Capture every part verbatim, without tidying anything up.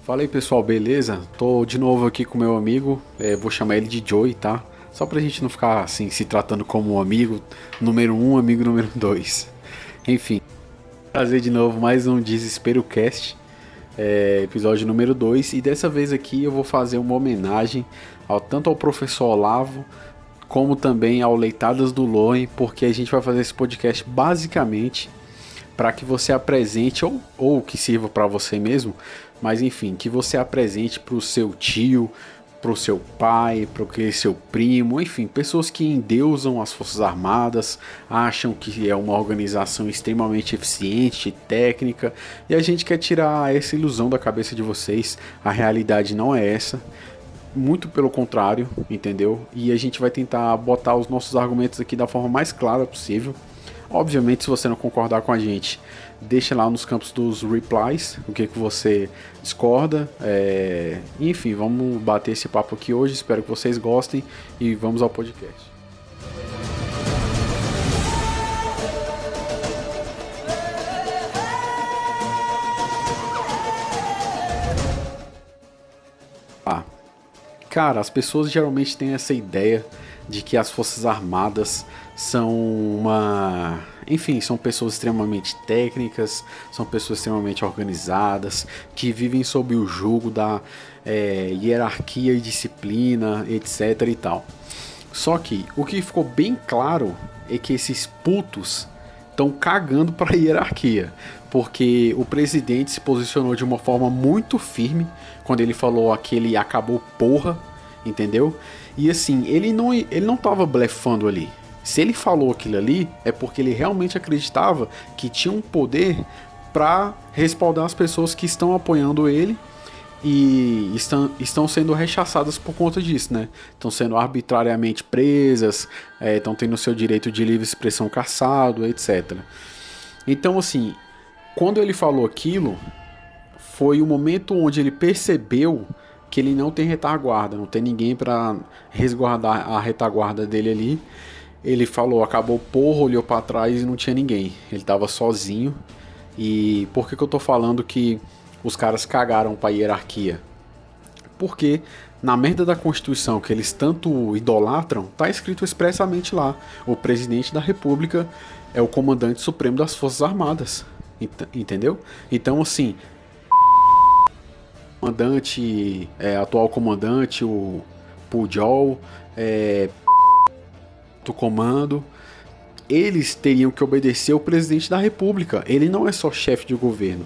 Fala aí pessoal, beleza? Tô de novo aqui com meu amigo, é, vou chamar ele de Joey, tá? Só pra gente não ficar assim, se tratando como um amigo número um, amigo número dois. Enfim, trazer de novo mais um Desespero Cast, é, episódio número dois. E dessa vez aqui eu vou fazer uma homenagem ao, tanto ao professor Olavo, como também ao Leitadas do Loen, porque a gente vai fazer esse podcast basicamente para que você apresente, ou, ou que sirva para você mesmo, mas enfim, que você apresente para o seu tio, para o seu pai, para o seu primo, enfim, pessoas que endeusam as Forças Armadas, acham que é uma organização extremamente eficiente, técnica, e a gente quer tirar essa ilusão da cabeça de vocês. A realidade não é essa, muito pelo contrário, entendeu? E a gente vai tentar botar os nossos argumentos aqui da forma mais clara possível. Obviamente, se você não concordar com a gente, deixa lá nos campos dos replies o que, que você discorda. É... Enfim, vamos bater esse papo aqui hoje. Espero que vocês gostem e vamos ao podcast. Ah, cara, as pessoas geralmente têm essa ideia de que as Forças Armadas são uma... Enfim, são pessoas extremamente técnicas, são pessoas extremamente organizadas, que vivem sob o jugo da é, hierarquia e disciplina, etc e tal. Só que o que ficou bem claro é que esses putos estão cagando para a hierarquia, porque o presidente se posicionou de uma forma muito firme quando ele falou aquele acabou porra, entendeu? E assim, ele não, ele não tava blefando ali. Se ele falou aquilo ali, é porque ele realmente acreditava que tinha um poder para respaldar as pessoas que estão apoiando ele e estão, estão sendo rechaçadas por conta disso, né? Estão sendo arbitrariamente presas, é, estão tendo seu direito de livre expressão cassado, etcétera. Então, assim, quando ele falou aquilo, foi o momento onde ele percebeu que ele não tem retaguarda, não tem ninguém para resguardar a retaguarda dele ali. Ele falou, acabou porra, olhou para trás e não tinha ninguém. Ele tava sozinho. E por que que eu tô falando que os caras cagaram pra hierarquia? Porque na merda da Constituição que eles tanto idolatram, tá escrito expressamente lá: o presidente da República é o comandante supremo das Forças Armadas. Ent- entendeu? Então, assim, o comandante, é, atual comandante, o Pujol, é, do comando, eles teriam que obedecer ao presidente da República. Ele não é só chefe de governo,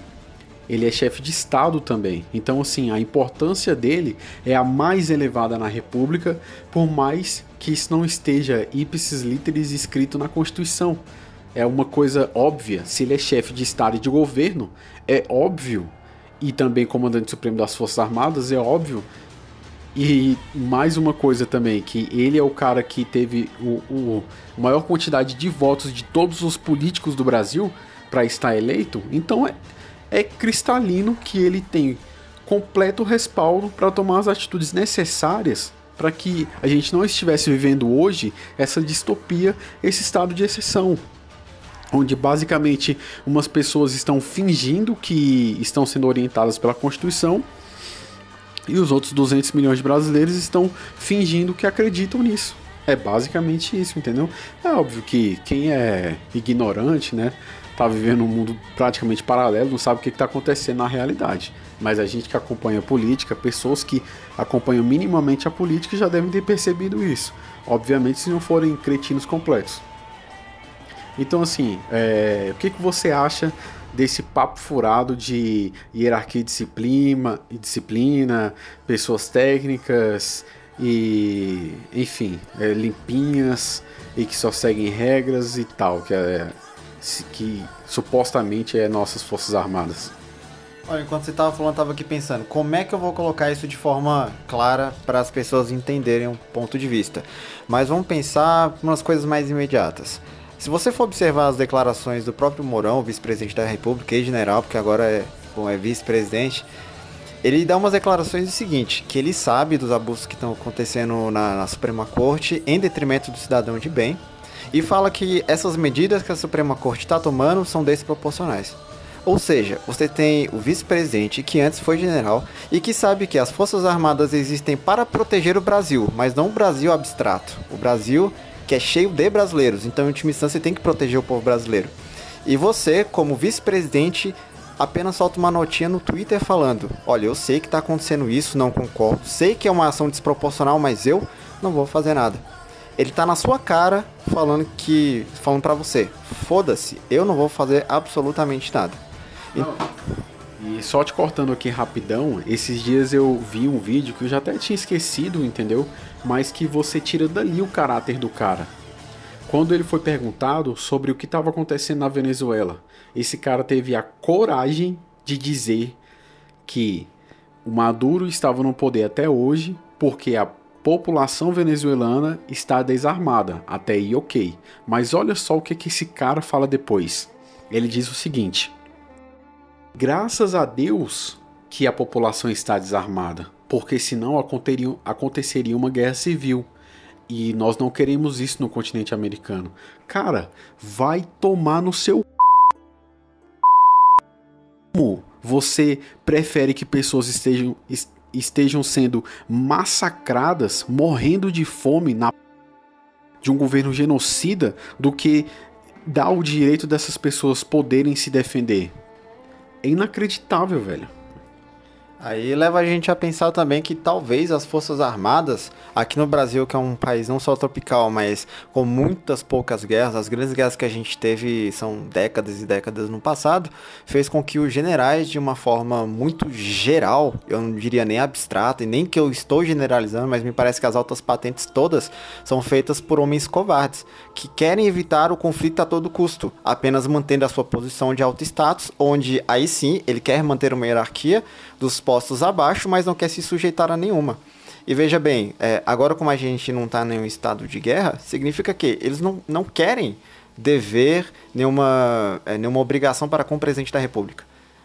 ele é chefe de Estado também. Então, assim, a importância dele é a mais elevada na República, por mais que isso não esteja ipsis literis escrito na Constituição. É uma coisa óbvia. Se ele é chefe de Estado e de governo, é óbvio, e também comandante supremo das Forças Armadas, é óbvio. E mais uma coisa também, que ele é o cara que teve o, o a maior quantidade de votos de todos os políticos do Brasil para estar eleito. Então é, é cristalino que ele tem completo respaldo para tomar as atitudes necessárias para que a gente não estivesse vivendo hoje essa distopia, esse estado de exceção, onde basicamente umas pessoas estão fingindo que estão sendo orientadas pela Constituição e os outros duzentos milhões de brasileiros estão fingindo que acreditam nisso. É basicamente isso, entendeu? É óbvio que quem é ignorante, né, tá vivendo um mundo praticamente paralelo, não sabe o que está acontecendo na realidade. Mas a gente que acompanha a política, pessoas que acompanham minimamente a política já devem ter percebido isso. Obviamente, se não forem cretinos completos. Então, assim, é, o que, que você acha desse papo furado de hierarquia e disciplina, e disciplina, pessoas técnicas e, enfim, é, limpinhas e que só seguem regras e tal, que, é, que supostamente é nossas Forças Armadas? Olha, enquanto você estava falando, eu estava aqui pensando, como é que eu vou colocar isso de forma clara para as pessoas entenderem um ponto de vista? Mas vamos pensar umas coisas mais imediatas. Se você for observar as declarações do próprio Mourão, vice-presidente da República e general, porque agora é, bom, é vice-presidente, ele dá umas declarações do seguinte, que ele sabe dos abusos que estão acontecendo na, na Suprema Corte em detrimento do cidadão de bem, e fala que essas medidas que a Suprema Corte está tomando são desproporcionais. Ou seja, você tem o vice-presidente que antes foi general e que sabe que as Forças Armadas existem para proteger o Brasil, mas não o Brasil abstrato. O Brasil que é cheio de brasileiros, então em última instância você tem que proteger o povo brasileiro. E você, como vice-presidente, apenas solta uma notinha no Twitter falando: olha, eu sei que está acontecendo isso, não concordo, sei que é uma ação desproporcional, mas eu não vou fazer nada. Ele tá na sua cara falando que, falando pra você, foda-se, eu não vou fazer absolutamente nada. Não. E só te cortando aqui rapidão, esses dias eu vi um vídeo que eu já até tinha esquecido, entendeu? Mas que você tira dali o caráter do cara. Quando ele foi perguntado sobre o que estava acontecendo na Venezuela, esse cara teve a coragem de dizer que o Maduro estava no poder até hoje porque a população venezuelana está desarmada. Até aí, ok. Mas olha só o que, que esse cara fala depois. Ele diz o seguinte: graças a Deus que a população está desarmada, porque senão aconteceria, aconteceria uma guerra civil. E nós não queremos isso no continente americano. Cara, vai tomar no seu... Como você prefere que pessoas estejam... estejam sendo massacradas, morrendo de fome na de um governo genocida, do que dar o direito dessas pessoas poderem se defender? É inacreditável, velho. Aí leva a gente a pensar também que talvez as Forças Armadas, aqui no Brasil, que é um país não só tropical, mas com muitas poucas guerras, as grandes guerras que a gente teve são décadas e décadas no passado, fez com que os generais, de uma forma muito geral, eu não diria nem abstrata, e nem que eu estou generalizando, mas me parece que as altas patentes todas são feitas por homens covardes, que querem evitar o conflito a todo custo, apenas mantendo a sua posição de alto status, onde aí sim ele quer manter uma hierarquia dos postos abaixo, mas não quer se sujeitar a nenhuma. E veja bem, é, agora como a gente não está em nenhum estado de guerra, significa que eles não, não querem dever nenhuma, é, nenhuma obrigação para com o presidente da República.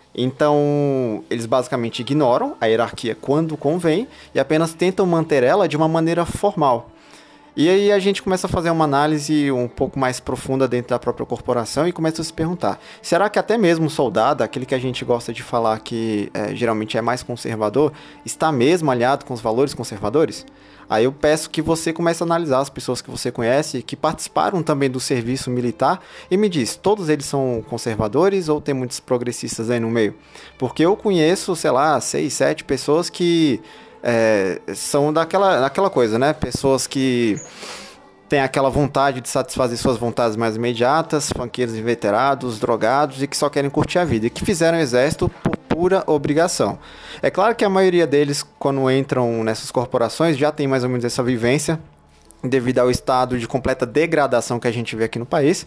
Então, eles basicamente ignoram a hierarquia quando convém e apenas tentam manter ela de uma maneira formal. E aí a gente começa a fazer uma análise um pouco mais profunda dentro da própria corporação e começa a se perguntar: será que até mesmo o soldado, aquele que a gente gosta de falar que é, geralmente é mais conservador, está mesmo alinhado com os valores conservadores? Aí eu peço que você comece a analisar as pessoas que você conhece, que participaram também do serviço militar, e me diz, todos eles são conservadores ou tem muitos progressistas aí no meio? Porque eu conheço, sei lá, seis, sete pessoas que... É, são daquela, daquela coisa, né? Pessoas que têm aquela vontade de satisfazer suas vontades mais imediatas, funkeiros inveterados, drogados e que só querem curtir a vida. E que fizeram o exército por pura obrigação. É claro que a maioria deles, quando entram nessas corporações, já tem mais ou menos essa vivência, devido ao estado de completa degradação que a gente vê aqui no país,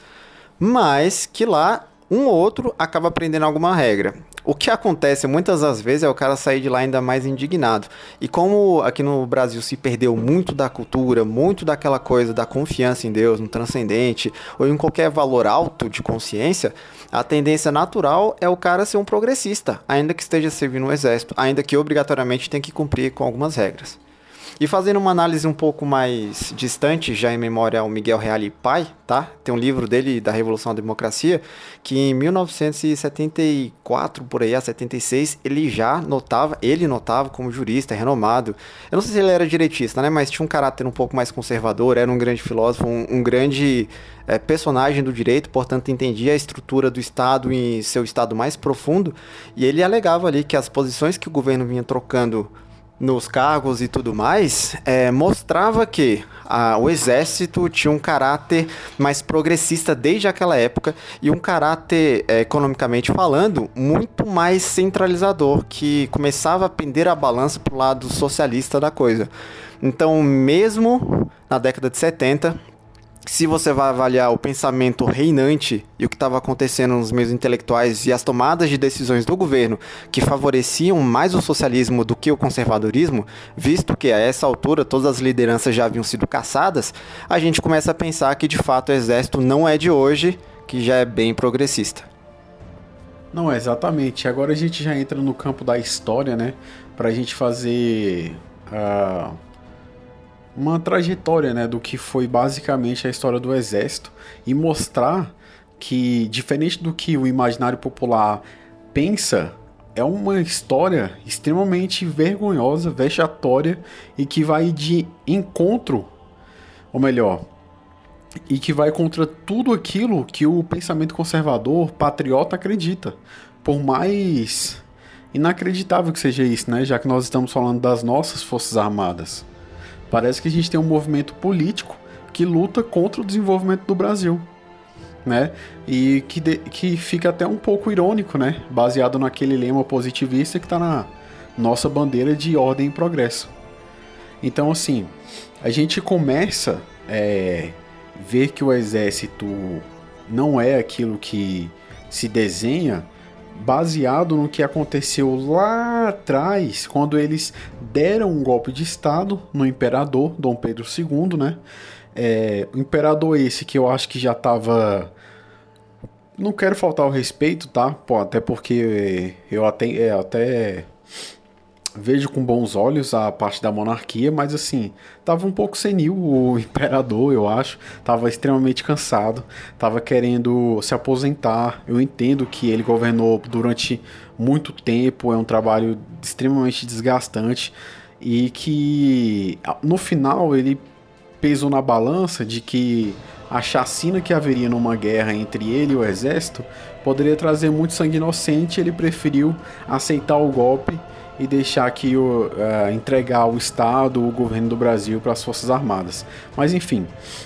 mas que lá um ou outro acaba aprendendo alguma regra. O que acontece muitas das vezes é o cara sair de lá ainda mais indignado. E como aqui no Brasil se perdeu muito da cultura, muito daquela coisa da confiança em Deus, no transcendente, ou em qualquer valor alto de consciência, a tendência natural é o cara ser um progressista, ainda que esteja servindo no exército, ainda que obrigatoriamente tenha que cumprir com algumas regras. E fazendo uma análise um pouco mais distante, já em memória ao Miguel Reale pai, tá? Tem um livro dele, da Revolução à Democracia, que em mil novecentos e setenta e quatro, por aí, a setenta e seis, ele já notava, ele notava como jurista, renomado. Eu não sei se ele era direitista, né? Mas tinha um caráter um pouco mais conservador, era um grande filósofo, um, um grande é, personagem do direito, portanto entendia a estrutura do Estado em seu estado mais profundo, e ele alegava ali que as posições que o governo vinha trocando nos cargos e tudo mais, é, mostrava que a, o exército tinha um caráter mais progressista desde aquela época e um caráter, é, economicamente falando, muito mais centralizador, que começava a pender a balança para o lado socialista da coisa. Então, mesmo na década de setenta, se você vai avaliar o pensamento reinante e o que estava acontecendo nos meios intelectuais e as tomadas de decisões do governo que favoreciam mais o socialismo do que o conservadorismo, visto que a essa altura todas as lideranças já haviam sido caçadas, a gente começa a pensar que de fato o exército não é de hoje, que já é bem progressista. Não, exatamente. Agora a gente já entra no campo da história, né? Pra gente fazer... Uh... uma trajetória, né, do que foi basicamente a história do exército e mostrar que, diferente do que o imaginário popular pensa, é uma história extremamente vergonhosa, vexatória e que vai de encontro, ou melhor, e que vai contra tudo aquilo que o pensamento conservador, patriota acredita. Por mais inacreditável que seja isso, né? Já que nós estamos falando das nossas Forças Armadas. Parece que a gente tem um movimento político que luta contra o desenvolvimento do Brasil, né? E que, de, que fica até um pouco irônico, né? Baseado naquele lema positivista que está na nossa bandeira de ordem e progresso. Então, assim, a gente começa a é, ver que o exército não é aquilo que se desenha, baseado no que aconteceu lá atrás, quando eles deram um golpe de estado no imperador Dom Pedro segundo, né? É, o imperador esse que eu acho que já estava... Não quero faltar o respeito, tá? Pô, até porque eu até, é, até vejo com bons olhos a parte da monarquia, mas assim, tava um pouco senil o imperador, eu acho. Tava extremamente cansado, tava querendo se aposentar. Eu entendo que ele governou durante muito tempo, é um trabalho extremamente desgastante e que no final ele pesou na balança de que a chacina que haveria numa guerra entre ele e o exército poderia trazer muito sangue inocente. Ele preferiu aceitar o golpe e deixar que o, uh, entregar o Estado, o governo do Brasil para as Forças Armadas. Mas enfim,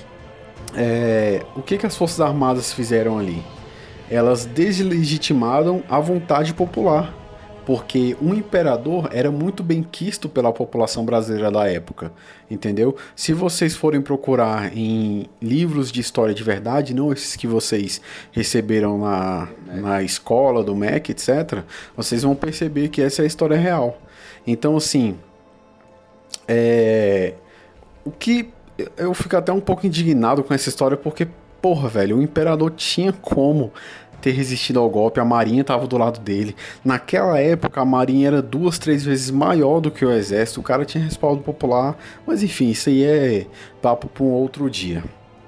é, o que, que as Forças Armadas fizeram ali? Elas deslegitimaram a vontade popular, porque um imperador era muito bem quisto pela população brasileira da época, entendeu? Se vocês forem procurar em livros de história de verdade, não esses que vocês receberam na, na escola, do M E C, etcétera, vocês vão perceber que essa é a história real. Então, assim, é... o que eu fico até um pouco indignado com essa história, porque, porra, velho, o imperador tinha como ter resistido ao golpe, a marinha estava do lado dele. Naquela época a marinha era duas, três vezes maior do que o exército, o cara tinha respaldo popular, mas enfim, isso aí é papo para um outro dia.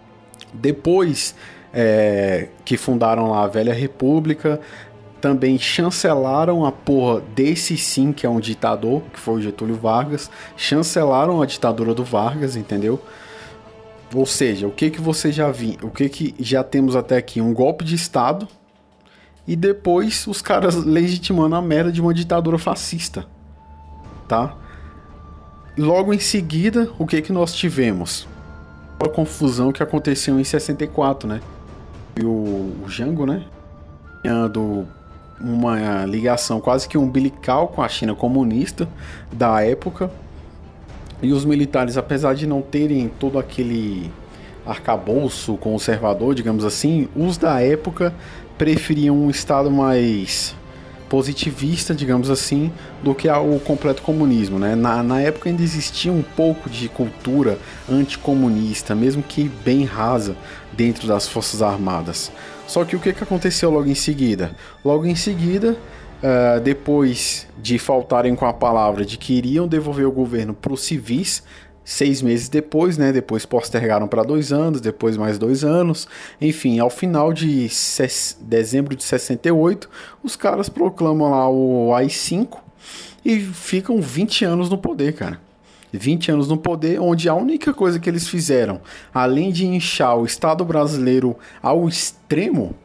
Depois é, que fundaram lá a Velha República, também chancelaram a porra desse sim que é um ditador, que foi o Getúlio Vargas, chancelaram a ditadura do Vargas, entendeu? Ou seja, o que que você já viu, o que que já temos até aqui? Um golpe de Estado, e depois os caras legitimando a merda de uma ditadura fascista, tá? Logo em seguida, o que que nós tivemos? A confusão que aconteceu em sessenta e quatro, né? E o, o Jango, né? Tendo uma ligação quase que umbilical com a China comunista da época. E os militares, apesar de não terem todo aquele arcabouço conservador, digamos assim, os da época preferiam um Estado mais positivista, digamos assim, do que o completo comunismo, né? Na, na época ainda existia um pouco de cultura anticomunista, mesmo que bem rasa, dentro das Forças Armadas. Só que o que, que aconteceu logo em seguida? Logo em seguida, uh, depois de faltarem com a palavra de que iriam devolver o governo para os civis, seis meses depois, né? Depois postergaram para dois anos, depois mais dois anos. Enfim, ao final de dezembro de sessenta e oito, os caras proclamam lá o A I cinco e ficam vinte anos no poder, cara. vinte anos no poder, onde a única coisa que eles fizeram, além de inchar o Estado brasileiro ao extremo,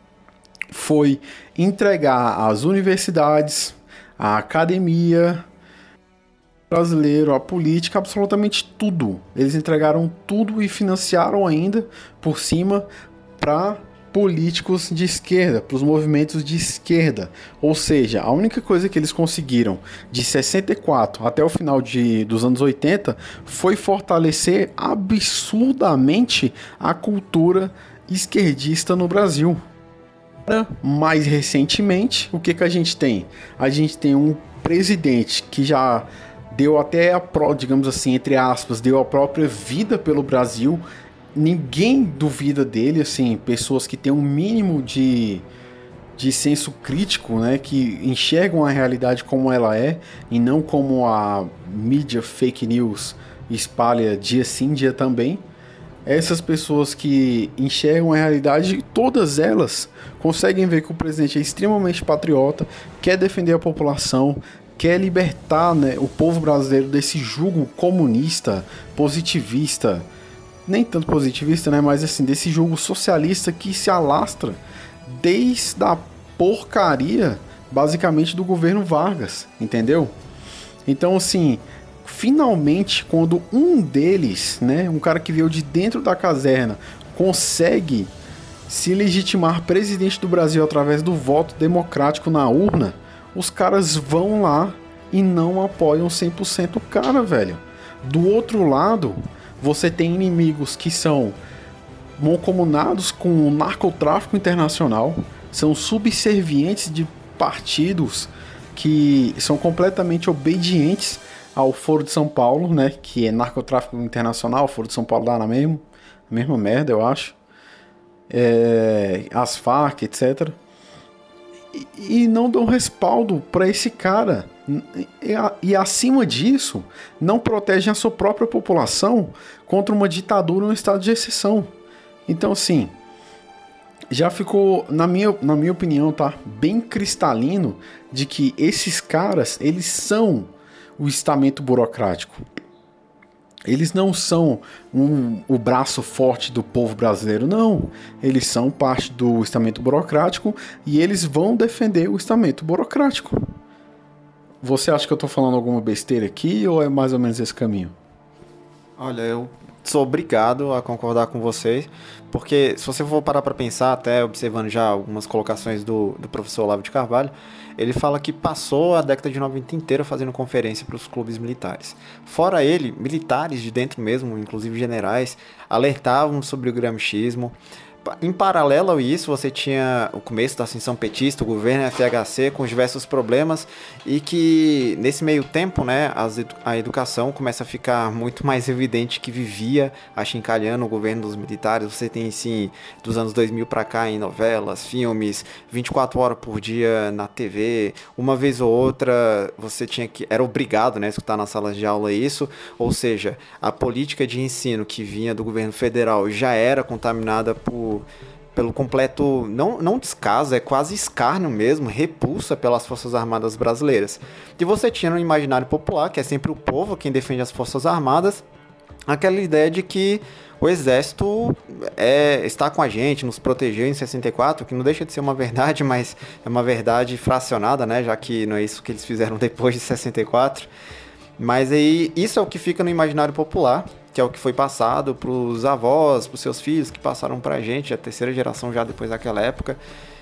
foi entregar as universidades, a academia brasileiro, a política, absolutamente tudo. Eles entregaram tudo e financiaram ainda por cima para políticos de esquerda, para os movimentos de esquerda. Ou seja, a única coisa que eles conseguiram de sessenta e quatro até o final de, dos anos oitenta foi fortalecer absurdamente a cultura esquerdista no Brasil. Mais recentemente, o que, que a gente tem? A gente tem um presidente que já deu até a pró, digamos assim, entre aspas, deu a própria vida pelo Brasil. Ninguém duvida dele, assim, pessoas que têm um mínimo de, de senso crítico, né, que enxergam a realidade como ela é e não como a mídia fake news espalha dia sim, dia também. Essas pessoas que enxergam a realidade, todas elas conseguem ver que o presidente é extremamente patriota, quer defender a população, quer libertar, né, o povo brasileiro desse jugo comunista, positivista, nem tanto positivista, né, mas assim, desse jugo socialista que se alastra desde a porcaria, basicamente, do governo Vargas, entendeu? Então, assim, finalmente, quando um deles, né, um cara que veio de dentro da caserna, consegue se legitimar presidente do Brasil através do voto democrático na urna, os caras vão lá e não apoiam cem por cento o cara, velho. Do outro lado, você tem inimigos que são mancomunados com o narcotráfico internacional, são subservientes de partidos que são completamente obedientes ao Foro de São Paulo, né, que é narcotráfico internacional. O Foro de São Paulo dá na mesma, mesma merda, eu acho. É, as Farc, etcétera. E, e não dão respaldo para esse cara. E, e acima disso, não protegem a sua própria população contra uma ditadura, um estado de exceção. Então, assim, já ficou, na minha, na minha opinião, tá, bem cristalino de que esses caras, eles são o estamento burocrático. Eles não são um, o braço forte do povo brasileiro, não. Eles são parte do estamento burocrático e eles vão defender o estamento burocrático. Você acha que eu tô falando alguma besteira aqui ou é mais ou menos esse caminho? Olha, eu sou obrigado a concordar com vocês, porque se você for parar para pensar, até observando já algumas colocações do, do professor Olavo de Carvalho, ele fala que passou a década de noventa inteira fazendo conferência para os clubes militares. Fora ele, militares de dentro mesmo, inclusive generais, alertavam sobre o gramscismo. Em paralelo a isso, você tinha o começo da ascensão petista, o governo F H C com diversos problemas, e que nesse meio tempo, né, as, a educação começa a ficar muito mais evidente que vivia achincalhando o governo dos militares. Você tem, sim, dos anos dois mil para cá em novelas, filmes, vinte e quatro horas por dia na T V, uma vez ou outra você tinha que, era obrigado, né, escutar nas salas de aula isso, ou seja, a política de ensino que vinha do governo federal já era contaminada por pelo completo, não, não descaso, é quase escárnio mesmo, repulsa pelas Forças Armadas brasileiras. E você tinha no imaginário popular, que é sempre o povo quem defende as Forças Armadas, aquela ideia de que o Exército é, está com a gente, nos protegeu em sessenta e quatro, que não deixa de ser uma verdade, mas é uma verdade fracionada, né, já que não é isso que eles fizeram depois de sessenta e quatro. Mas aí, isso é o que fica no imaginário popular, que é o que foi passado para os avós, para os seus filhos, que passaram para a gente, a terceira geração já depois daquela época.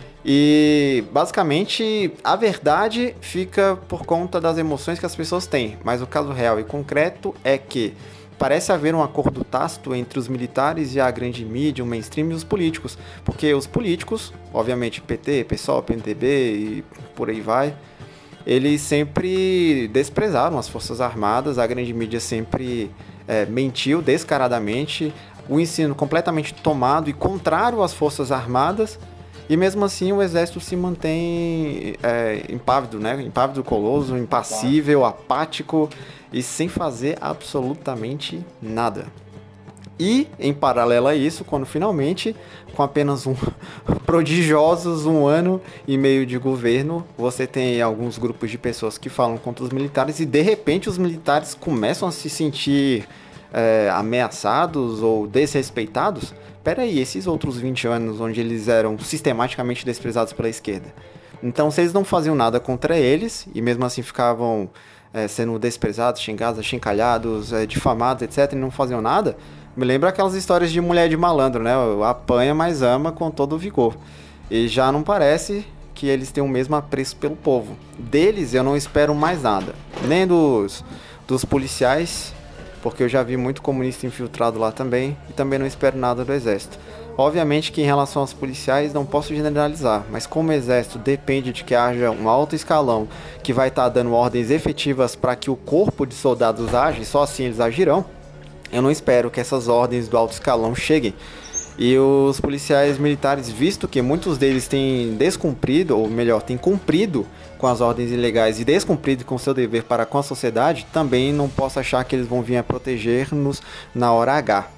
E, basicamente, a verdade fica por conta das emoções que as pessoas têm. Mas o caso real e concreto é que parece haver um acordo tácito entre os militares e a grande mídia, o mainstream e os políticos. Porque os políticos, obviamente P T, PSOL, P M D B e por aí vai, eles sempre desprezaram as Forças Armadas, a grande mídia sempre é, mentiu descaradamente, o ensino completamente tomado e contrário às Forças Armadas, e mesmo assim o Exército se mantém é, impávido, né? Impávido, coloso, impassível, apático e sem fazer absolutamente nada. E, em paralelo a isso, quando finalmente, com apenas um prodigiosos um ano e meio de governo, você tem alguns grupos de pessoas que falam contra os militares e, de repente, os militares começam a se sentir é, ameaçados ou desrespeitados. Peraí, esses outros vinte anos onde eles eram sistematicamente desprezados pela esquerda. Então, se eles não faziam nada contra eles e mesmo assim ficavam é, sendo desprezados, xingados, achincalhados, é, difamados, etcétera, e não faziam nada, me lembra aquelas histórias de mulher de malandro, né? Apanha, mas ama com todo o vigor. E já não parece que eles têm o mesmo apreço pelo povo. Deles eu não espero mais nada. Nem dos, dos policiais, porque eu já vi muito comunista infiltrado lá também. E também não espero nada do Exército. Obviamente que em relação aos policiais não posso generalizar, mas como o Exército depende de que haja um alto escalão que vai estar dando ordens efetivas para que o corpo de soldados age, só assim eles agirão, eu não espero que essas ordens do alto escalão cheguem. E os policiais militares, visto que muitos deles têm descumprido, ou melhor, têm cumprido com as ordens ilegais e descumprido com seu dever para com a sociedade, também não posso achar que eles vão vir a proteger-nos na hora H.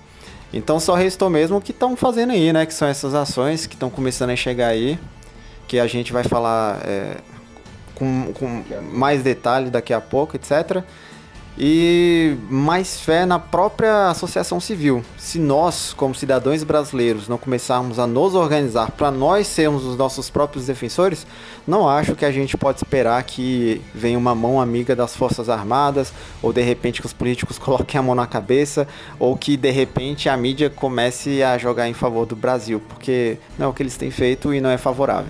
Então só restou mesmo o que estão fazendo aí, né? Que são essas ações que estão começando a chegar aí, que a gente vai falar é, com, com mais detalhe daqui a pouco, etcétera. E mais fé na própria associação civil. Se nós, como cidadãos brasileiros, não começarmos a nos organizar para nós sermos os nossos próprios defensores, não acho que a gente pode esperar que venha uma mão amiga das Forças Armadas, ou de repente que os políticos coloquem a mão na cabeça, ou que de repente a mídia comece a jogar em favor do Brasil, porque não é o que eles têm feito e não é favorável.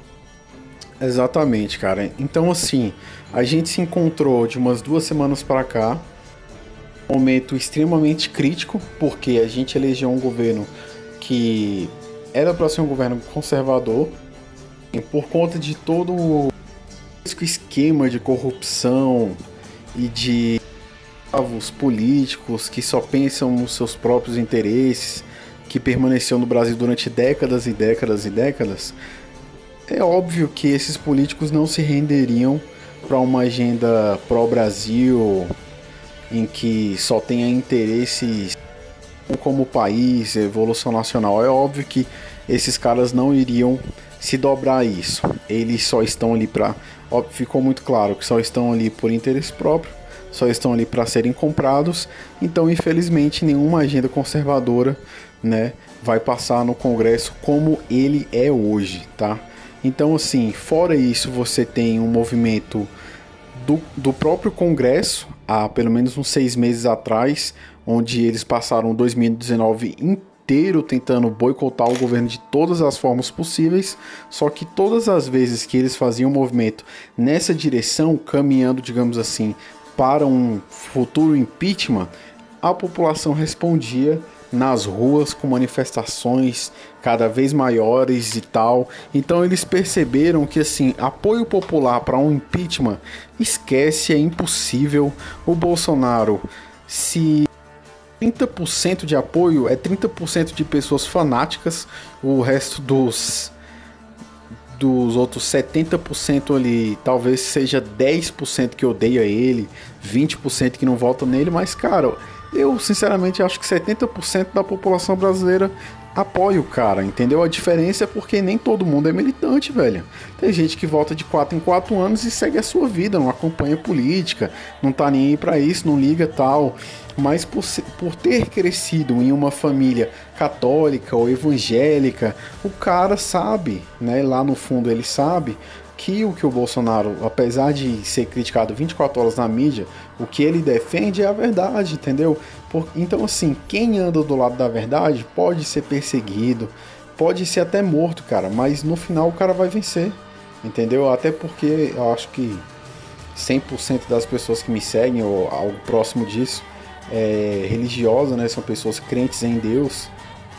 Exatamente, cara. Então, assim, a gente se encontrou de umas duas semanas para cá, um momento extremamente crítico, porque a gente elegeu um governo que era para ser um governo conservador, e por conta de todo o esquema de corrupção e de os políticos que só pensam nos seus próprios interesses, que permaneceu no Brasil durante décadas e décadas e décadas. É óbvio que esses políticos não se renderiam para uma agenda pró-Brasil, em que só tenha interesses como país, evolução nacional. É óbvio que esses caras não iriam se dobrar a isso. Eles só estão ali para... Ficou muito claro que só estão ali por interesse próprio, só estão ali para serem comprados. Então, infelizmente, nenhuma agenda conservadora, né, vai passar no Congresso como ele é hoje, tá? Então, assim, fora isso, você tem um movimento do, do próprio Congresso, há pelo menos uns seis meses atrás, onde eles passaram dois mil e dezenove inteiro tentando boicotar o governo de todas as formas possíveis, só que todas as vezes que eles faziam um movimento nessa direção, caminhando, digamos assim, para um futuro impeachment, a população respondia nas ruas com manifestações cada vez maiores e tal. Então eles perceberam que, assim, apoio popular para um impeachment, esquece, é impossível. O Bolsonaro, se trinta por cento de apoio, é trinta por cento de pessoas fanáticas, o resto dos dos outros setenta por cento ali, talvez seja dez por cento que odeia ele, vinte por cento que não vota nele, mas, cara, eu sinceramente acho que setenta por cento da população brasileira apoia o cara, entendeu? A diferença é porque nem todo mundo é militante, velho. Tem gente que vota de quatro em quatro anos e segue a sua vida, não acompanha política, não tá nem aí pra isso, não liga tal. Mas por, por ter crescido em uma família católica ou evangélica, o cara sabe, né? Lá no fundo ele sabe que o que o Bolsonaro, apesar de ser criticado vinte e quatro horas na mídia, o que ele defende é a verdade, entendeu? Por, então, assim, quem anda do lado da verdade pode ser perseguido, pode ser até morto, cara, mas no final o cara vai vencer, entendeu? Até porque eu acho que cem por cento das pessoas que me seguem, ou algo próximo disso, é religiosa, né? São pessoas crentes em Deus,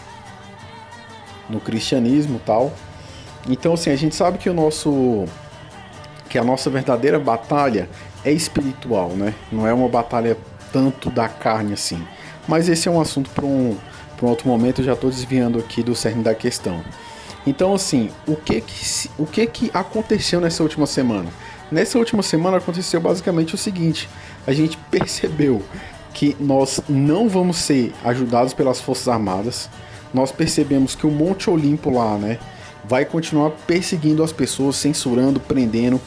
no cristianismo e tal. Então, assim, a gente sabe que o nosso que a nossa verdadeira batalha é espiritual, né? Não é uma batalha tanto da carne assim. Mas esse é um assunto para um, para um outro momento. Eu já estou desviando aqui do cerne da questão. Então, assim, o que que, o que que aconteceu nessa última semana? Nessa última semana aconteceu basicamente o seguinte: a gente percebeu que nós não vamos ser ajudados pelas Forças Armadas. Nós percebemos que o Monte Olimpo lá, né, vai continuar perseguindo as pessoas, censurando, prendendo.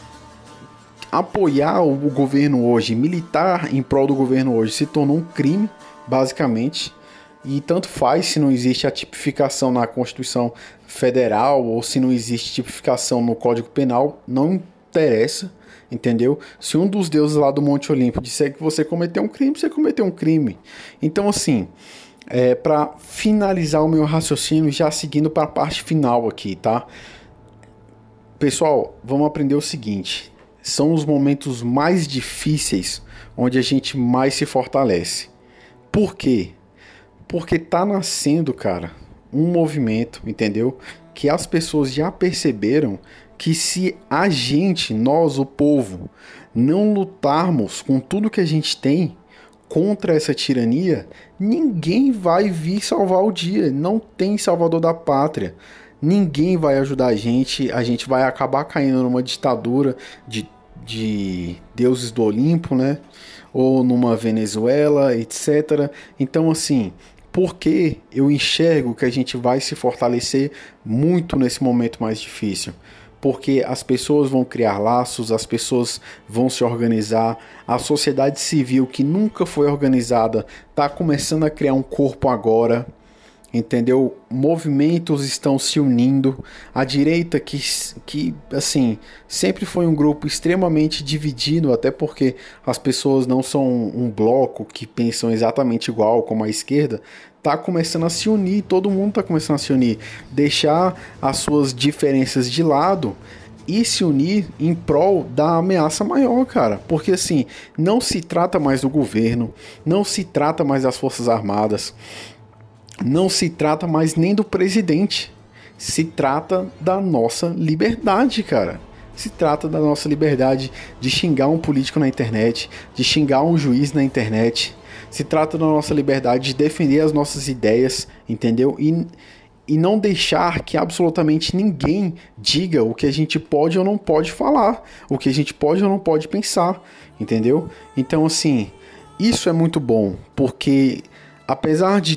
Apoiar o governo hoje, militar em prol do governo hoje, se tornou um crime, basicamente. E tanto faz se não existe a tipificação na Constituição Federal ou se não existe tipificação no Código Penal, não interessa, entendeu? Se um dos deuses lá do Monte Olimpo disser que você cometeu um crime, você cometeu um crime. Então, assim, é, para finalizar o meu raciocínio, já seguindo para a parte final aqui, tá? Pessoal, vamos aprender o seguinte: são os momentos mais difíceis onde a gente mais se fortalece. Por quê? Porque tá nascendo, cara, um movimento, entendeu? Que as pessoas já perceberam que se a gente, nós, o povo, não lutarmos com tudo que a gente tem contra essa tirania, ninguém vai vir salvar o dia. Não tem salvador da pátria. Ninguém vai ajudar a gente, a gente vai acabar caindo numa ditadura de, de deuses do Olimpo, né? Ou numa Venezuela, etcétera. Então, assim, Porque eu enxergo que a gente vai se fortalecer muito nesse momento mais difícil. Porque as pessoas vão criar laços, as pessoas vão se organizar, a sociedade civil que nunca foi organizada está começando a criar um corpo agora, entendeu? Movimentos estão se unindo, a direita que, que assim, sempre foi um grupo extremamente dividido, até porque as pessoas não são um bloco que pensam exatamente igual como a esquerda, tá começando a se unir, todo mundo tá começando a se unir, deixar as suas diferenças de lado e se unir em prol da ameaça maior, cara. Porque assim, não se trata mais do governo, não se trata mais das Forças Armadas, não se trata mais nem do presidente, se trata da nossa liberdade, cara. Se trata da nossa liberdade de xingar um político na internet, de xingar um juiz na internet. Se trata da nossa liberdade de defender as nossas ideias, entendeu? E, e não deixar que absolutamente ninguém diga o que a gente pode ou não pode falar, o que a gente pode ou não pode pensar, entendeu? Então, assim, isso é muito bom, porque apesar de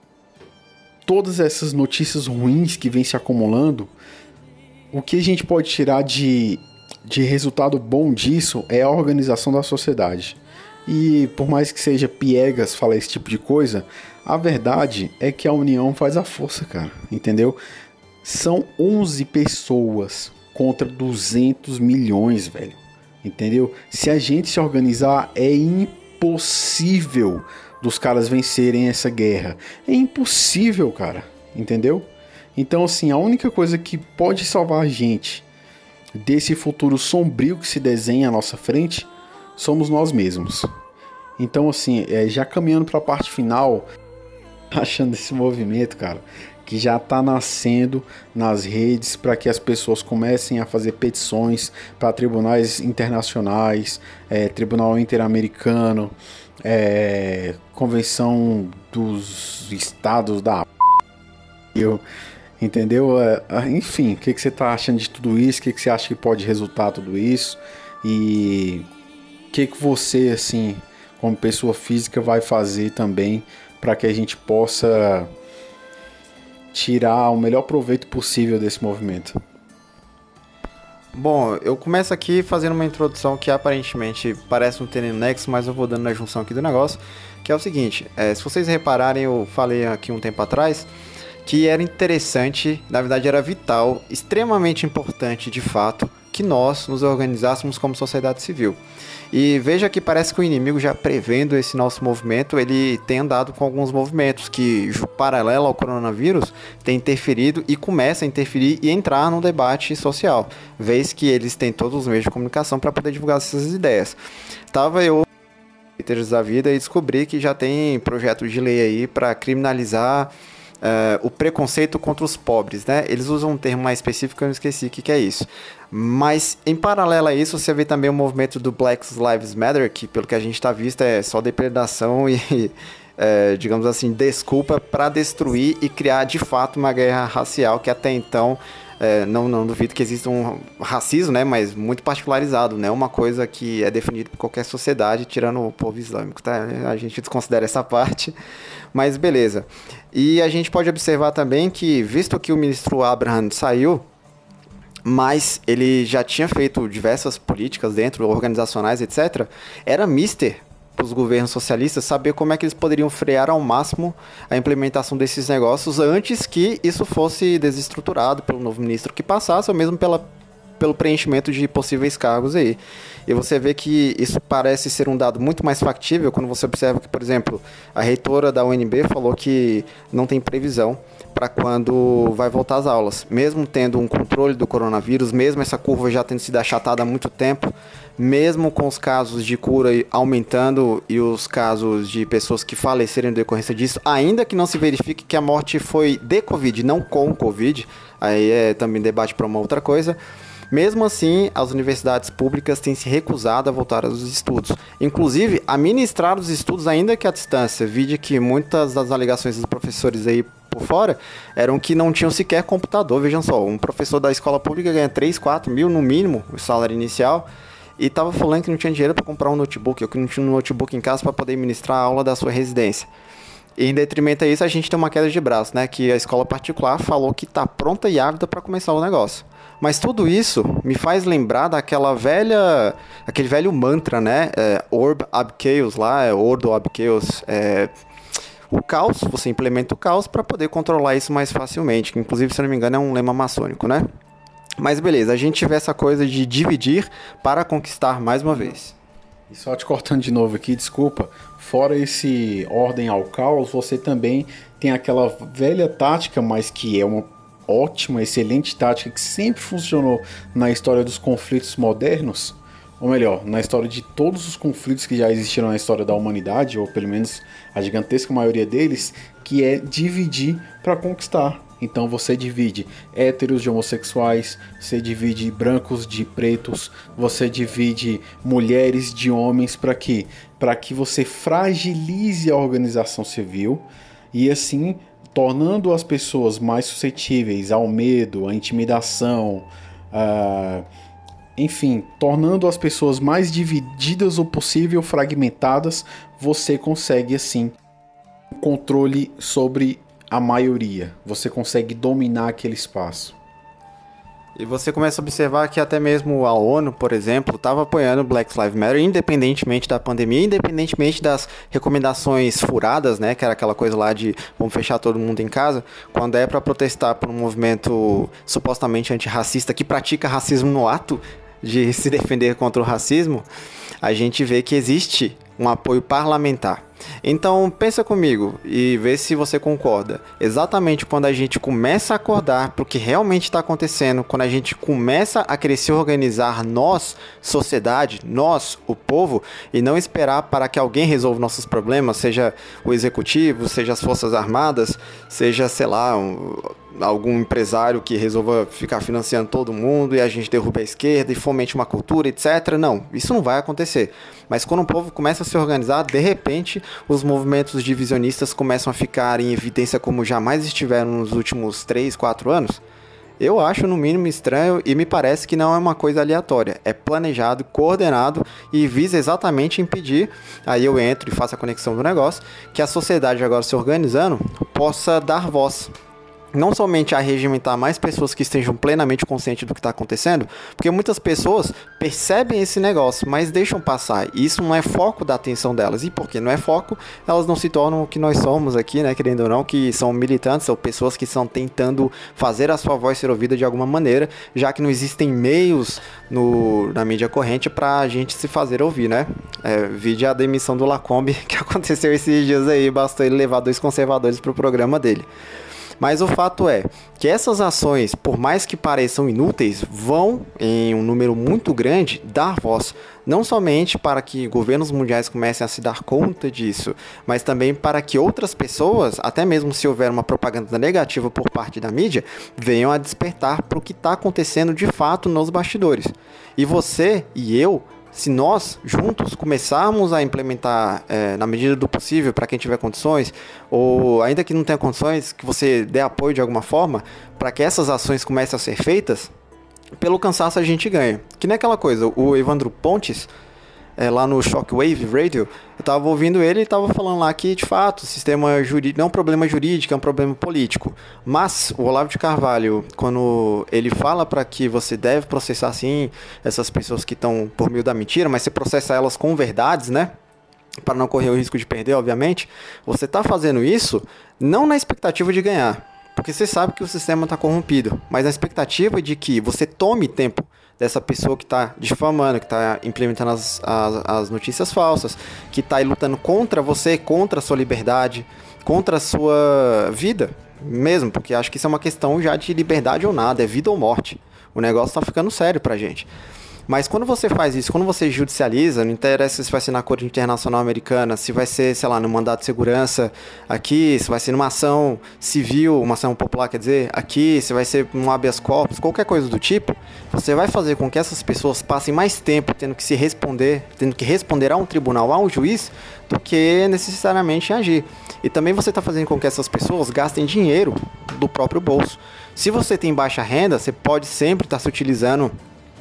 todas essas notícias ruins que vêm se acumulando, o que a gente pode tirar de, de resultado bom disso é a organização da sociedade. E por mais que seja piegas falar esse tipo de coisa, a verdade é que a união faz a força, cara, entendeu? São onze pessoas contra duzentos milhões, velho, entendeu? Se a gente se organizar, é impossível dos caras vencerem essa guerra. É impossível, cara, entendeu? Então, assim, a única coisa que pode salvar a gente desse futuro sombrio que se desenha à nossa frente somos nós mesmos. Então, assim, é, já caminhando para a parte final, achando esse movimento, cara, que já está nascendo nas redes para que as pessoas comecem a fazer petições para tribunais internacionais, é, Tribunal Interamericano, é, Convenção dos Estados da... Eu, entendeu? É, enfim, o que, que você está achando de tudo isso? O que, que você acha que pode resultar tudo isso? E... o que, que você, assim, como pessoa física, vai fazer também para que a gente possa tirar o melhor proveito possível desse movimento? Bom, eu começo aqui fazendo uma introdução que aparentemente parece não ter nenhum nexo, mas eu vou dando na junção aqui do negócio, que é o seguinte, é, se vocês repararem, eu falei aqui um tempo atrás que era interessante, na verdade era vital, extremamente importante de fato, que nós nos organizássemos como sociedade civil. E veja que parece que o inimigo, já prevendo esse nosso movimento, ele tem andado com alguns movimentos que, paralelo ao coronavírus, tem interferido e começa a interferir e entrar no debate social, vez que eles têm todos os meios de comunicação para poder divulgar essas ideias. Tava eu da vida e descobri que já tem projeto de lei aí para criminalizar Uh, o preconceito contra os pobres, né? Eles usam um termo mais específico, eu não esqueci o que, que é isso. Mas, em paralelo a isso, você vê também o movimento do Black Lives Matter, que, pelo que a gente está vendo, é só depredação e, é, digamos assim, desculpa para destruir e criar, de fato, uma guerra racial que até então... É, não, não duvido que exista um racismo, né, mas muito particularizado, né, uma coisa que é definida por qualquer sociedade, tirando o povo islâmico, tá? A gente desconsidera essa parte, mas beleza. E a gente pode observar também que, visto que o ministro Abraham saiu, mas ele já tinha feito diversas políticas dentro, organizacionais, etcétera, era mister para os governos socialistas saber como é que eles poderiam frear ao máximo a implementação desses negócios antes que isso fosse desestruturado pelo novo ministro que passasse, ou mesmo pela, pelo preenchimento de possíveis cargos aí. E você vê que isso parece ser um dado muito mais factível quando você observa que, por exemplo, a reitora da U N B falou que não tem previsão para quando vai voltar às aulas. Mesmo tendo um controle do coronavírus, mesmo essa curva já tendo sido achatada há muito tempo, mesmo com os casos de cura aumentando e os casos de pessoas que faleceram em decorrência disso, ainda que não se verifique que a morte foi de Covid, não com Covid, aí é também debate para uma outra coisa. Mesmo assim, as universidades públicas têm se recusado a voltar aos estudos, inclusive a ministrar os estudos ainda que à distância. Vide que muitas das alegações dos professores aí por fora eram que não tinham sequer computador. Vejam só, um professor da escola pública ganha três, quatro mil no mínimo, o salário inicial, e estava falando que não tinha dinheiro para comprar um notebook, ou que não tinha um notebook em casa para poder ministrar a aula da sua residência. E em detrimento a isso, a gente tem uma queda de braço, né? Que a escola particular falou que tá pronta e ávida para começar o negócio. Mas tudo isso me faz lembrar daquela velha, aquele velho mantra, né? É, Orb Ab Chaos lá, é Ordo Ab Chaos, é... O caos, você implementa o caos para poder controlar isso mais facilmente, que inclusive, se eu não me engano, é um lema maçônico, né? Mas beleza, a gente vê essa coisa de dividir para conquistar mais uma vez. E só te cortando de novo aqui, desculpa, fora esse ordem ao caos, você também tem aquela velha tática, mas que é uma ótima, excelente tática que sempre funcionou na história dos conflitos modernos, ou melhor, na história de todos os conflitos que já existiram na história da humanidade, ou pelo menos a gigantesca maioria deles, que é dividir para conquistar. Então você divide héteros de homossexuais, você divide brancos de pretos, você divide mulheres de homens, para quê? Para que você fragilize a organização civil e assim tornando as pessoas mais suscetíveis ao medo, à intimidação, a... enfim, tornando as pessoas mais divididas o possível, fragmentadas, você consegue assim um controle sobre a maioria. Você consegue dominar aquele espaço. E você começa a observar que até mesmo a ONU, por exemplo, estava apoiando o Black Lives Matter, independentemente da pandemia, independentemente das recomendações furadas, né, que era aquela coisa lá de vamos fechar todo mundo em casa, quando é para protestar por um movimento supostamente antirracista que pratica racismo no ato de se defender contra o racismo, a gente vê que existe um apoio parlamentar. Então pensa comigo e vê se você concorda. Exatamente quando a gente começa a acordar para o que realmente está acontecendo, quando a gente começa a querer se organizar, nós, sociedade, nós, o povo, e não esperar para que alguém resolva nossos problemas, seja o executivo, seja as forças armadas, seja, sei lá, um, algum empresário que resolva ficar financiando todo mundo e a gente derruba a esquerda e fomente uma cultura, etcétera. Não, isso não vai acontecer. Mas quando o povo começa a se organizar, de repente, os movimentos divisionistas começam a ficar em evidência como jamais estiveram nos últimos três, quatro anos. Eu acho no mínimo estranho e me parece que não é uma coisa aleatória. É planejado, coordenado e visa exatamente impedir, aí eu entro e faço a conexão do negócio, que a sociedade agora se organizando possa dar voz. Não somente a regimentar mais pessoas que estejam plenamente conscientes do que está acontecendo, porque muitas pessoas percebem esse negócio, mas deixam passar. E isso não é foco da atenção delas. E porque não é foco, elas não se tornam o que nós somos aqui, né, querendo ou não, que são militantes, são pessoas que estão tentando fazer a sua voz ser ouvida de alguma maneira, já que não existem meios no, na mídia corrente para a gente se fazer ouvir, né? É, vide a demissão do Lacombe, que aconteceu esses dias aí, bastou ele levar dois conservadores para o programa dele. Mas o fato é que essas ações, por mais que pareçam inúteis, vão, em um número muito grande, dar voz. Não somente para que governos mundiais comecem a se dar conta disso, mas também para que outras pessoas, até mesmo se houver uma propaganda negativa por parte da mídia, venham a despertar para o que está acontecendo de fato nos bastidores. E você e eu, se nós juntos começarmos a implementar é, na medida do possível para quem tiver condições, ou ainda que não tenha condições, que você dê apoio de alguma forma para que essas ações comecem a ser feitas, pelo cansaço a gente ganha. Que nem aquela coisa, o Evandro Pontes, é, lá no Shockwave Radio, eu estava ouvindo ele e estava falando lá que, de fato, o sistema jurídico não é um problema jurídico, é um problema político. Mas o Olavo de Carvalho, quando ele fala para que você deve processar, sim, essas pessoas que estão por meio da mentira, mas você processa elas com verdades, né? Para não correr o risco de perder, obviamente, você está fazendo isso não na expectativa de ganhar, porque você sabe que o sistema está corrompido, mas na expectativa de que você tome tempo dessa pessoa que está difamando, que está implementando as, as, as notícias falsas, que está lutando contra você, contra a sua liberdade, contra a sua vida mesmo, porque acho que isso é uma questão já de liberdade ou nada, é vida ou morte. O negócio está ficando sério pra gente. Mas quando você faz isso, quando você judicializa, não interessa se vai ser na Corte Internacional Americana, se vai ser, sei lá, no mandato de segurança aqui, se vai ser numa ação civil, uma ação popular, quer dizer, aqui, se vai ser um habeas corpus, qualquer coisa do tipo, você vai fazer com que essas pessoas passem mais tempo tendo que se responder, tendo que responder a um tribunal, a um juiz, do que necessariamente agir. E também você está fazendo com que essas pessoas gastem dinheiro do próprio bolso. Se você tem baixa renda, você pode sempre estar se utilizando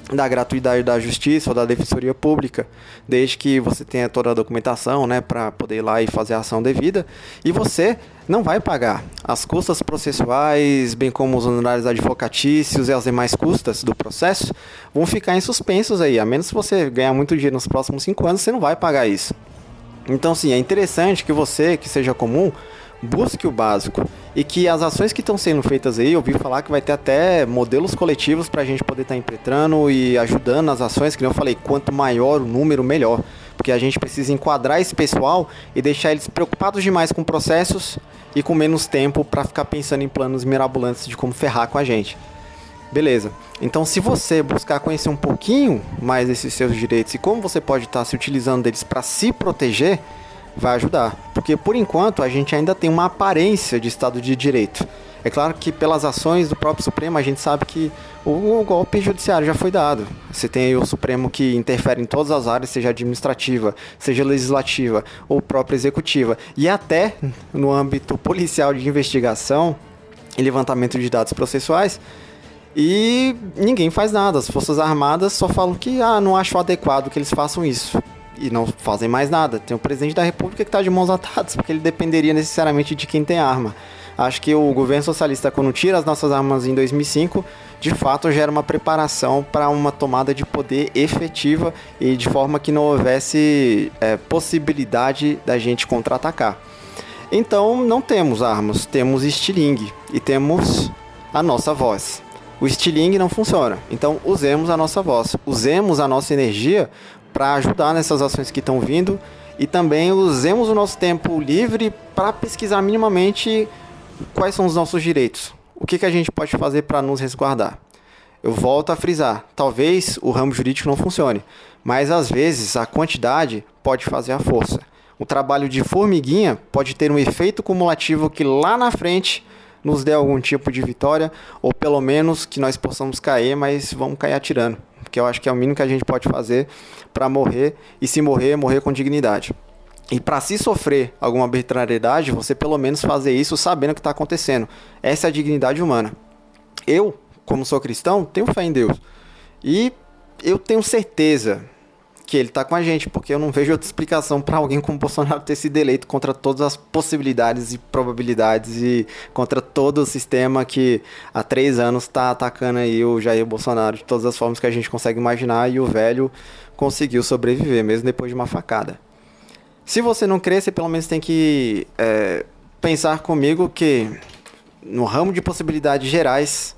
da gratuidade da justiça ou da defensoria pública, desde que você tenha toda a documentação, né, para poder ir lá e fazer a ação devida, e você não vai pagar as custas processuais, bem como os honorários advocatícios e as demais custas do processo, vão ficar em suspensos aí, a menos que você ganhar muito dinheiro nos próximos cinco anos, você não vai pagar isso. Então, sim, é interessante que você, que seja comum, busque o básico e que as ações que estão sendo feitas aí, eu ouvi falar que vai ter até modelos coletivos para a gente poder estar tá impetrando e ajudando nas ações, que nem eu falei, quanto maior o número, melhor, porque a gente precisa enquadrar esse pessoal e deixar eles preocupados demais com processos e com menos tempo para ficar pensando em planos mirabolantes de como ferrar com a gente. Beleza, então se você buscar conhecer um pouquinho mais desses seus direitos e como você pode estar tá se utilizando deles para se proteger, vai ajudar, porque por enquanto a gente ainda tem uma aparência de Estado de Direito. É claro que pelas ações do próprio Supremo a gente sabe que o, o golpe judiciário já foi dado. Você tem aí o Supremo que interfere em todas as áreas, seja administrativa, seja legislativa ou própria executiva, e até no âmbito policial de investigação e levantamento de dados processuais, e ninguém faz nada. As Forças Armadas só falam que ah, não acho adequado que eles façam isso. E não fazem mais nada. Tem o presidente da República que está de mãos atadas, porque ele dependeria necessariamente de quem tem arma. Acho que o governo socialista, quando tira as nossas armas em dois mil e cinco, de fato gera uma preparação para uma tomada de poder efetiva e de forma que não houvesse é, possibilidade da gente contra-atacar. Então não temos armas, temos estilingue e temos a nossa voz. O estilingue não funciona, então usemos a nossa voz, usemos a nossa energia para ajudar nessas ações que estão vindo e também usemos o nosso tempo livre para pesquisar minimamente quais são os nossos direitos, o que, que a gente pode fazer para nos resguardar. Eu volto a frisar, talvez o ramo jurídico não funcione, mas às vezes a quantidade pode fazer a força. O trabalho de formiguinha pode ter um efeito cumulativo que lá na frente nos dê algum tipo de vitória, ou pelo menos que nós possamos cair, mas vamos cair atirando. Porque eu acho que é o mínimo que a gente pode fazer para morrer, e se morrer, morrer com dignidade. E para se sofrer alguma arbitrariedade, você pelo menos fazer isso sabendo o que está acontecendo. Essa é a dignidade humana. Eu, como sou cristão, tenho fé em Deus. E eu tenho certeza que ele está com a gente, porque eu não vejo outra explicação para alguém como Bolsonaro ter sido eleito contra todas as possibilidades e probabilidades e contra todo o sistema que há três anos está atacando aí o Jair Bolsonaro de todas as formas que a gente consegue imaginar, e o velho conseguiu sobreviver, mesmo depois de uma facada. Se você não crê, você pelo menos tem que é, pensar comigo que no ramo de possibilidades gerais,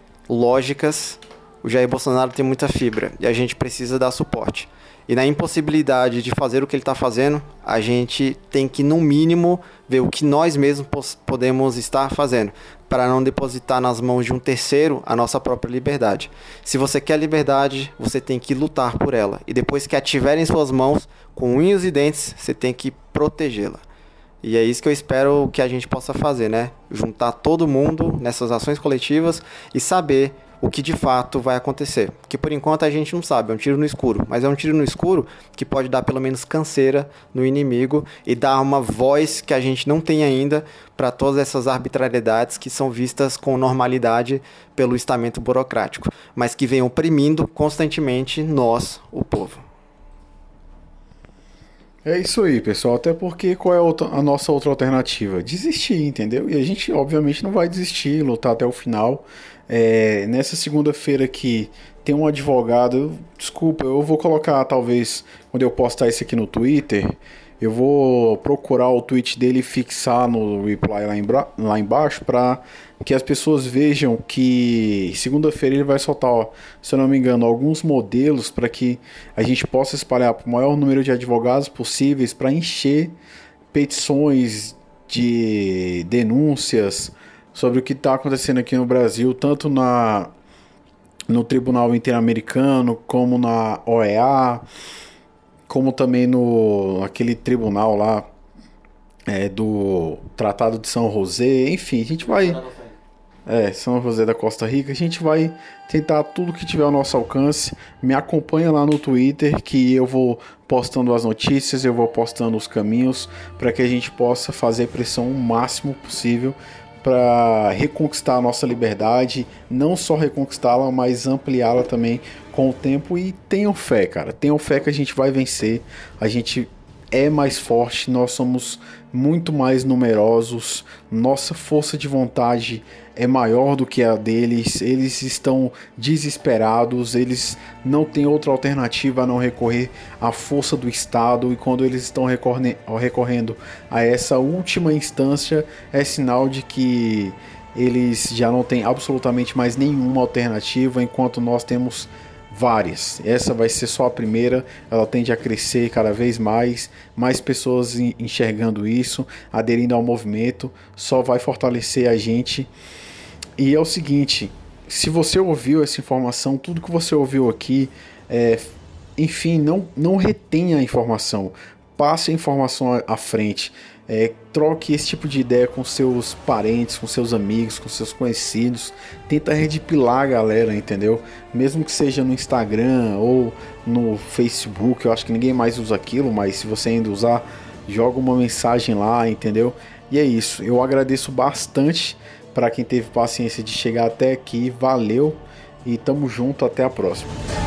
lógicas, o Jair Bolsonaro tem muita fibra e a gente precisa dar suporte. E na impossibilidade de fazer o que ele está fazendo, a gente tem que, no mínimo, ver o que nós mesmos podemos estar fazendo, para não depositar nas mãos de um terceiro a nossa própria liberdade. Se você quer liberdade, você tem que lutar por ela. E depois que a tiver em suas mãos, com unhas e dentes, você tem que protegê-la. E é isso que eu espero que a gente possa fazer, né? Juntar todo mundo nessas ações coletivas e saber o que de fato vai acontecer. Que por enquanto a gente não sabe, é um tiro no escuro. Mas é um tiro no escuro que pode dar pelo menos canseira no inimigo e dar uma voz que a gente não tem ainda para todas essas arbitrariedades que são vistas com normalidade pelo estamento burocrático, mas que vem oprimindo constantemente nós, o povo. É isso aí, pessoal. Até porque qual é a, outra, a nossa outra alternativa? Desistir, entendeu? E a gente, obviamente, não vai desistir, lutar até o final. É, nessa segunda-feira aqui, tem um advogado... Eu, desculpa, eu vou colocar, talvez, quando eu postar isso aqui no Twitter, eu vou procurar o tweet dele e fixar no reply lá, em, lá embaixo para que as pessoas vejam que segunda-feira ele vai soltar, ó, se eu não me engano, alguns modelos para que a gente possa espalhar para o maior número de advogados possíveis para encher petições de denúncias sobre o que está acontecendo aqui no Brasil, tanto na, no Tribunal Interamericano, como na O E A, como também no aquele tribunal lá é, do Tratado de São José. Enfim, a gente vai... É, São José da Costa Rica. A gente vai tentar tudo que tiver ao nosso alcance. Me acompanha lá no Twitter, que eu vou postando as notícias, eu vou postando os caminhos para que a gente possa fazer pressão o máximo possível para reconquistar a nossa liberdade, não só reconquistá-la, mas ampliá-la também com o tempo. E tenham fé, cara, tenham fé que a gente vai vencer, a gente é mais forte, nós somos muito mais numerosos, nossa força de vontade é maior do que a deles, eles estão desesperados, eles não têm outra alternativa a não recorrer à força do Estado, e quando eles estão recorrendo a essa última instância, é sinal de que eles já não têm absolutamente mais nenhuma alternativa, enquanto nós temos várias. Essa vai ser só a primeira, ela tende a crescer cada vez mais, mais pessoas enxergando isso, aderindo ao movimento, só vai fortalecer a gente. E é o seguinte, se você ouviu essa informação, tudo que você ouviu aqui, é, enfim, não, não retenha a informação, passe a informação à frente. É, troque esse tipo de ideia com seus parentes, com seus amigos, com seus conhecidos. Tenta redipilar a galera, entendeu? Mesmo que seja no Instagram ou no Facebook, eu acho que ninguém mais usa aquilo, mas se você ainda usar, joga uma mensagem lá, entendeu? E é isso, eu agradeço bastante para quem teve paciência de chegar até aqui, valeu e tamo junto, até a próxima.